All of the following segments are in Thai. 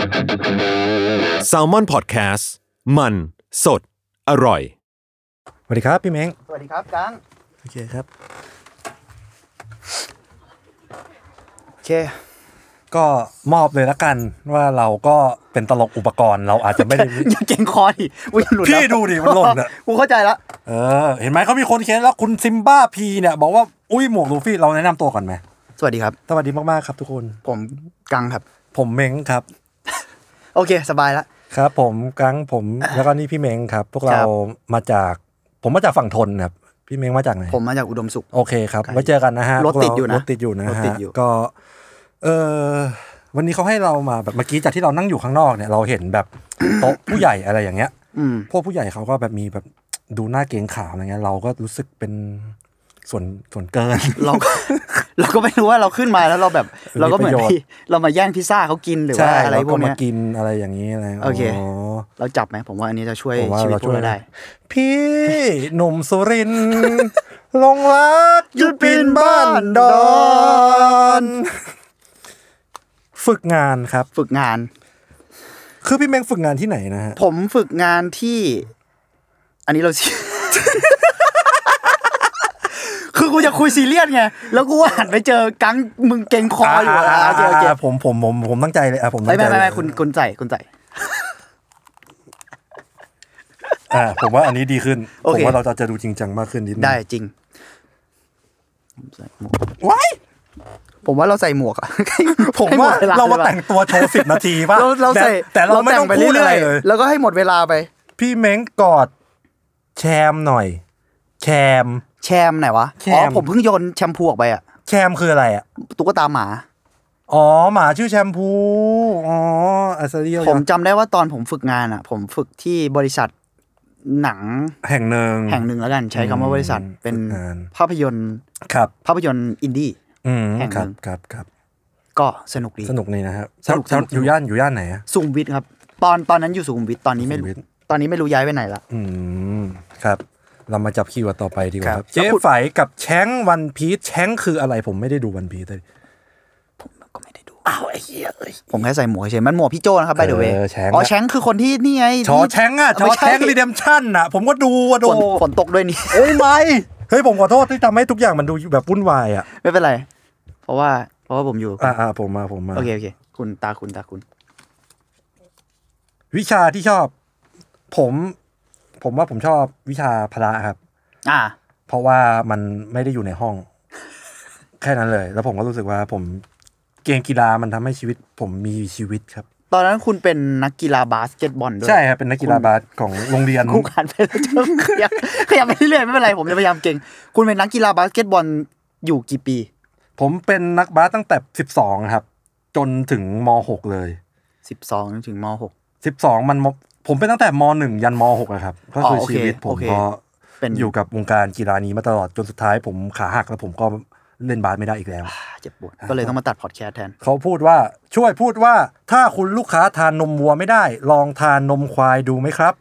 Salmon Podcast มันสดอร่อยสวัสดีครับพี่เม้งสวัสดีครับกังโอเคครับโอเคก็มอบเลยละกันว่าเราก็เป็นตลกอุปกรณ์เราอาจจะไม่ได้อย่าเก่งคอดิอุ๊ยหลุดแล้วพี่ดูดิมันหล่นอ่ะกูเข้าใจแล้วเห็นไหมเขามีคนเขียนแล้วคุณซิมบ้าพีเนี่ยบอกว่าอุ้ยหมวกลูฟี่เราแนะนำตัวก่อนไหมสวัสดีครับสวัสดีมากๆครับทุกคนผมกังครับผมเม้งครับโอเคสบายแล้วครับผมกังผมแล้วก็นี่พี่เม้งครับพวกเรามาจากผมมาจากฝั่งทนครับพี่เม้งมาจากไหนผมมาจากอุดมสุขโอเคครับไว้เจอกันนะฮะรถติดอยู่นะฮะก็วันนี้เขาให้เรามาแบบเมื่อกี้จากที่เรานั่งอยู่ข้างนอกเนี่ยเราเห็นแบบโต๊ะผู้ใหญ่อะไรอย่างเงี้ยพวกผู้ใหญ่เขาก็แบบมีแบบดูหน้าเกรงขามอะไรเงี้ยเราก็รู้สึกเป็นส่วนเกินเราก็ไม่รู้ว่าเราขึ้นมาแล้วเราแบบเราก็เหมือนเรามาแย่งพิซซ่าเขากินหรือว่าอะไรพวกนี้มากินอะไรอย่างนี้อะไรโอเคเราจับไหมผมว่าอันนี้จะช่วยชีวิตพวกเราได้พี่หนุ่มสุรินทร์ลงรักยุดปินบ้านดอนฝึกงานครับฝึกงานคือพี่เม้งฝึกงานที่ไหนนะฮะผมฝึกงานที่อันนี้เราคือกูจะคุยซีเรียสไงแล้วกูหันไปเจอกังมึงเก่งคออยู่โอเคผมตั้งใจเลยผมตั้งใจไม่คุณใส่ผมว่าอันนี้ดีขึ้นผมว่าเราจะดูจริงจังมากขึ้นนิดนึงได้จริงว้ายผมว่าเราใส่หมวกอะผมว่าเรามาแต่งตัวโชว์10 นาทีป่ะแต่เราไม่ต้องพูดอะไรเลยแล้วก็ให้หมดเวลาไปพี่เม้งกอดแชมหน่อยแชมไหนวะอ๋อผมเพิ่งโยนแชมพูออกไปอะแชมคืออะไรอะตุ๊กตาหมาอ๋อหมาชื่อแชมพูอ๋ออัสเรียผมจำได้ว่าตอนผมฝึกงานอะผมฝึกที่บริษัทหนังแห่งหนึ่งแล้วกันใช้คำว่าบริษัทเป็นภาพยนตร์อินดี้แห่งหนึ่งครับก็สนุกดีนะครับอยู่ย่านไหนอะสุขุมวิทครับตอนนั้นอยู่สุขุมวิทตอนนี้ไม่รู้ย้ายไปไหนละครับเรามาจับคีย์เวิร์ดต่อไปดีกว่าครับเจ๊ไฝกับแช้งวันพีชแช้งคืออะไรผมไม่ได้ดูวันพีชเลยผมก็ไม่ได้ดูอ้าวไอ้เหี้ยผมแค่ใส่หมวกเฉยมันหมวกพี่โจนะครับ by the way อ๋อแช้งคือคนที่นี่ไงชอแช้งอะชอแช้งรีเดมชั่นอะผมก็ดูฝนตกด้วยนี่ไม่เฮ้ยผมขอโทษที่ทำให้ทุกอย่างมันดูแบบวุ่นวายอะไม่เป็นไรเพราะว่าผมอยู่ผมมาโอเคคุณตาคุณวิชาที่ชอบผมว่าผมชอบวิชาพละครับเพราะว่ามันไม่ได้อยู่ในห้องแค่นั้นเลยแล้วผมก็รู้สึกว่าผมเกมกีฬามันทำให้ชีวิตผมมีชีวิตครับตอนนั้นคุณเป็นนักกีฬาบาสเกตบอลด้วยใช่ครับเป็นนักกีฬาบาสของโรงเรียนคู่กันไปแล้วขยับไปเรื่อยๆไม่เป็นไรผมจะพยายามเก่งคุณเป็นนักกีฬาบาสเกตบอลอยู่กี่ปีผมเป็นนักบาสตั้งแต่12ครับจนถึงม.6 เลย 12ถึงม .6 12ผมเป็นตั้งแต่ม.1 ยันม.6นะครับก็คือชีวิตผมก็อยู่กับวงการกีฬานี้มาตลอดจนสุดท้ายผมขาหักแล้วผมก็เล่นบาสไม่ได้อีกแล้วเจ็บปวดก็เลยต้องมาตัดพอดแคสต์แทนเขาพูดว่าถ้าคุณลูกค้าทานนมวัวไม่ได้ลองทานนมควายดูไหมครับ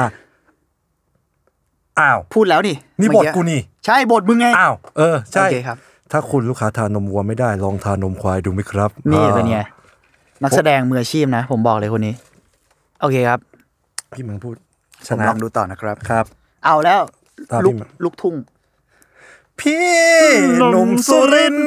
อ้าวพูดแล้วนี่บทกูนี่ใช่บทมึงไงอ้าวใช่ครับถ้าคุณลูกค้าทานนมวัวไม่ได้ลองทานนมควายดูไหมครับนี่เป็นไงนักแสดงมืออาชีพนะผมบอกเลยคนนี้โอเคครับพี่มึงพูดลองดูต่อนะครับครับเอาแล้วลูกทุ่งพี่หนุ่มสุรินทร์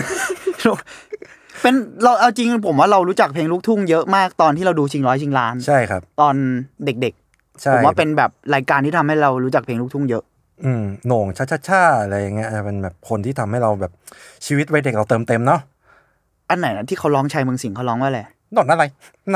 เป็นเราเอาจริงผมว่าเรารู้จักเพลงลูกทุ่งเยอะมากตอนที่เราดูชิงร้อยชิงล้านใช่ครับตอนเด็กๆผมว่าเป็นแบบรายการที่ทำให้เรารู้จักเพลงลูกทุ่งเยอะโหน่งช่าอะไรอย่างเงี้ยเป็นแบบคนที่ทำให้เราแบบชีวิตวัยเด็กเราเติมเต็มเนาะอันไหนนะที่เขาร้องชัยเมืองสิงห์เขาร้องว่าอะไรนั่นอะไร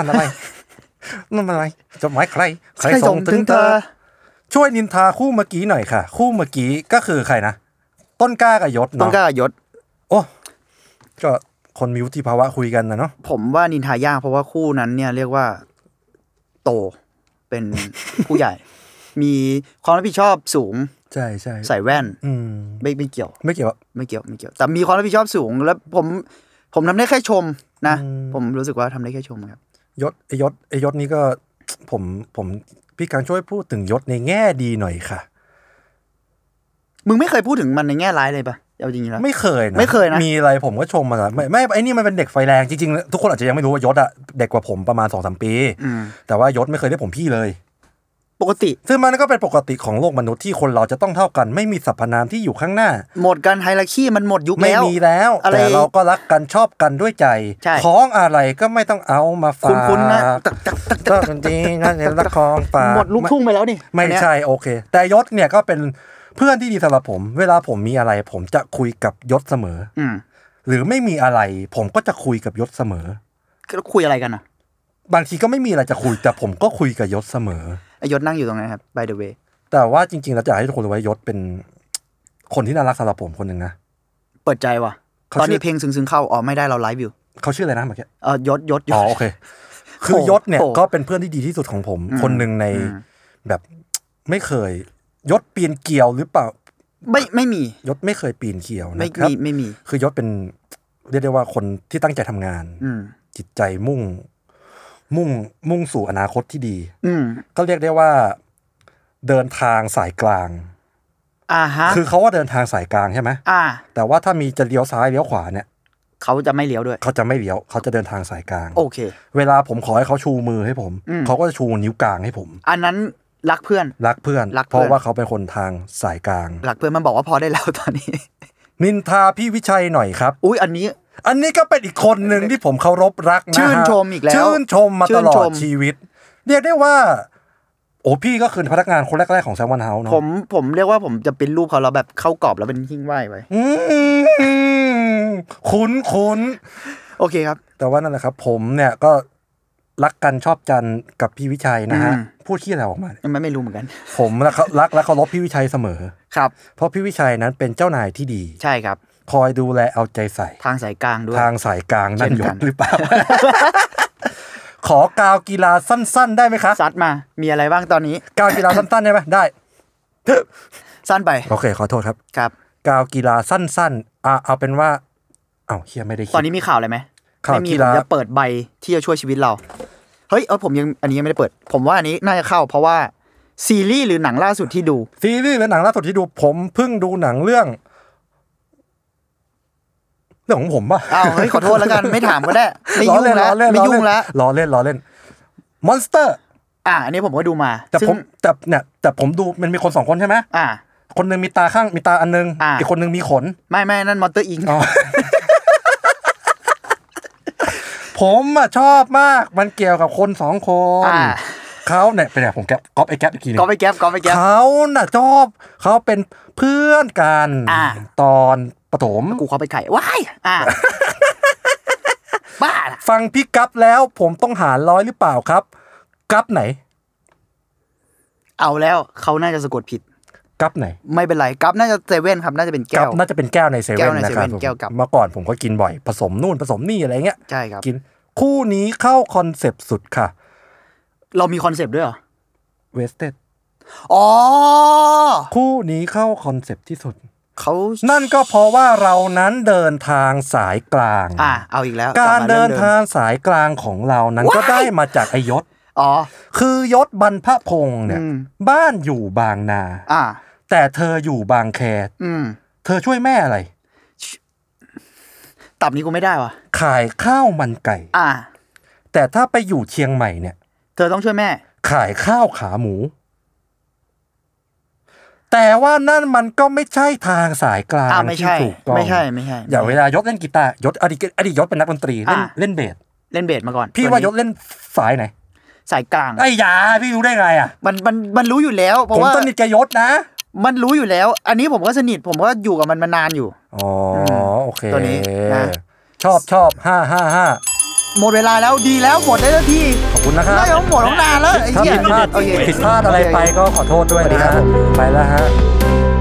จดหมายใครส่งถึงเธอช่วยนินทาคู่เมื่อกี้หน่อยค่ะคู่เมื่อกี้ก็คือใครนะต้นกล้ากับยศเนาะต้นกล้ากับยศโอ้ก็คนมีวุฒิภาวะคุยกันนะเนาะผมว่านินทายากเพราะว่าคู่นั้นเนี่ยเรียกว่าโตเป็นผู้ใหญ่มีความรับผิดชอบสูงใช่ใส่แว่นไม่เกี่ยวแต่มีความรับผิดชอบสูงแล้วผมทำได้แค่ชมนะผมรู้สึกว่าทำได้แค่ชมครับยศนี่ก็ผมพี่กังช่วยพูดถึงยศในแง่ดีหน่อยค่ะมึงไม่เคยพูดถึงมันในแง่ร้ายเลยปะเอาจริงๆแล้วไม่เคยนะมีอะไรผมก็ชมมาแล้วไม่ไอ้นี่มันเป็นเด็กไฟแรงจริงๆทุกคนอาจจะยังไม่รู้ว่ายศอะเด็กกว่าผมประมาณ 2-3 ปีแต่ว่ายศไม่เคยได้ผมพี่เลยปกติซึ่งมันก็เป็นปกติของโลกมนุษย์ที่คนเราจะต้องเท่ากันไม่มีสรรพนามที่อยู่ข้างหน้าหมดกันไฮรักีมันหมดยุคแล้วไม่มีแล้วแต่เราก็รักกันชอบกันด้วยใจของอะไรก็ไม่ต้องเอามาฝากคุ้นๆนะจริงๆนั่นละครฝากหมดลูกทุ่งไปแล้วนี่ไม่ใช่โอเคแต่ยศเนี่ยก็เป็นเพื่อนที่ดีสำหรับผมเวลาผมมีอะไรผมจะคุยกับยศเสมอหรือไม่มีอะไรผมก็จะคุยกับยศเสมอแล้วคุยอะไรกันอ่ะบางทีก็ไม่มีอะไรจะคุยแต่ผมก็คุยกับยศเสมอยศนั่งอยู่ตรงนั้นครับ by the way แต่ว่าจริงๆแล้วจะให้ทุกคนรู้ว่ายศเป็นคนที่น่ารักสำหรับผมคนนึงนะเปิดใจว่ะตอนนี้เพลงซึ้งๆเข้าอ๋อไม่ได้เราไลฟ์อยู่เขาชื่ออะไรนะเมื่อกี้ยศอ๋อโอเคคือยศเนี่ยก็เป็นเพื่อนที่ดีที่สุดของผมคนนึงในแบบไม่เคยยศปีนเกลียวหรือเปล่าไม่มียศไม่เคยปีนเกลียวนะครับไม่มีคือยศเป็นเรียกได้ว่าคนที่ตั้งใจทำงานจิตใจมุ่งสู่อนาคตที่ดีก็เรียกได้ว่าเดินทางสายกลางคือเขาว่าเดินทางสายกลางใช่ไหมแต่ว่าถ้ามีจะเลี้ยวซ้ายเลี้ยวขวาเนี่ยเขาจะไม่เลี้ยวด้วยเขาจะไม่เลี้ยวเขาจะเดินทางสายกลางโอเคเวลาผมขอให้เขาชูมือให้ผมเขาก็จะชูนิ้วกลางให้ผมอันนั้นรักเพื่อนเพราะว่าเขาเป็นคนทางสายกลางรักเพื่อนมันบอกว่าพอได้แล้วตอนนี้นินทาพี่วิชัยหน่อยครับอุ๊ยอันนี้ก็เป็นอีกคนหนึ่งที่ผมเคารพรักนะชื่นชมอีกแล้วชื่นชมมาตลอดชีวิตเรียกได้ว่าโอ้พี่ก็คือพนักงานคนแรกๆของแซมมอนเฮาส์เนาะผมเรียกว่าผมจะเป็นรูปเขาแล้วแบบเข้ากรอบแล้วเป็นหิ้งไหว้ไว้คุ้นโอเคครับแต่ว่านั่นแหละครับผมเนี่ยก็รักกันชอบจันกับพี่วิชัยนะฮะพูดขี้อะไรออกมาไม่รู้เหมือนกันผมรักและเคารพพี่วิชัยเสมอครับเพราะพี่วิชัยนั้นเป็นเจ้านายที่ดีใช่ครับคอยดูแลเอาใจใส่ทางสายกลางด้วยทางสายกลางนั่นยศหรือเปล่า ขอกาวกีฬาสั้นๆได้ไหมคะซัดมามีอะไรบ้างตอนนี้กาวกีฬาสั้นๆได้ไหมได้สั้นไปโอเคขอโทษครับครับกาวกีฬาสั้นๆเอาเป็นว่าเฮียไม่ได้คิดตอนนี้มีข่าวอะไรไหมไม่มีผมจะเปิดใบที่จะช่วยชีวิตเราเฮ้ยผมยังอันนี้ยังไม่ได้เปิดผมว่าอันนี้น่าจะเข้าเพราะว่าซีรีส์หรือหนังล่าสุดที่ดูซีรีส์หรือหนังล่าสุดที่ดูผมเพิ่งดูหนังเรื่องของผมป่ะเฮ้ยขอโทษแล้วกันไม่ถามก็ได้ไม่ยุ่งแล้วไม่ยุ่งแล้วล้อเล่นมอนสเตอร์อันนี้ผมก็ดูมาแต่ผมดูมันมีคน2คนใช่ไหมคนนึงมีตาข้างมีตาอันนึงอีกคนนึงมีขนไม่นั่นมอนสเตอร์อิงผมชอบมากมันเกี่ยวกับคน2คนเขาเนี่ยเป็นไงผมก๊อปไอ้แก๊ปอีกทีนึงก๊อปไอ้แก๊ปเขาน่ะชอบเขาเป็นเพื่อนกันตอนประถมกูเขาไปไก่ว้ายบ้าฟังพี่กั๊บแล้วผมต้องหาร100หรือเปล่าครับกั๊บไหนเอาแล้วเขาน่าจะสะกดผิดกั๊บไหนไม่เป็นไรกั๊บน่าจะเซเว่นครับน่าจะเป็นแก้วน่าจะเป็นแก้วในเซเว่นนะครับเมื่อก่อนผมก็กินบ่อยผสมนู่นผสมนี่อะไรเงี้ยใช่ครับกินคู่นี้เข้าคอนเซปต์สุดค่ะเรามีคอนเซปต์ด้วยเหรอเวสเต็ดคู่นี้เข้าคอนเซปต์ที่สุดนั่นก็เพราะว่าเรานั้นเดินทางสายกลางเอาอีกแล้วการเดินทางสายกลางของเรานั้นก็ได้มาจากยศคือยศบรรพพงษ์เนี่ยบ้านอยู่บางนาแต่เธออยู่บางแคเธอช่วยแม่อะไรตับนี้กูไม่ได้วะขายข้าวมันไก่แต่ถ้าไปอยู่เชียงใหม่เนี่ยเธอต้องช่วยแม่ขายข้าวขาหมูแต่ว่านั่นมันก็ไม่ใช่ทางสายกลางที่ถูกต้องไม่ใช่อย่างเวลายศเล่นกีตาร์ยศอดีตยศเป็นนักดนตรีเล่นเบสมาก่อนพี่ว่ายศเล่นสายไหนสายกลางไอ้ยาพี่รู้ได้ไงมันรู้อยู่แล้วเพราะว่าผมสนิทกับยศนะมันรู้อยู่แล้วอันนี้ผมก็สนิทผมก็อยู่กับมันมานานอยู่โอเคตัวนี้นะชอบ555 หมดเวลาแล้วดีแล้วหมดได้แล้วพี่ขอบคุณนะครับได้หมดตั้งนานแล้วไอ้เหี้ยผิดพลาดอะไรไปก็ขอโทษด้วยนะครับไปแล้วฮะ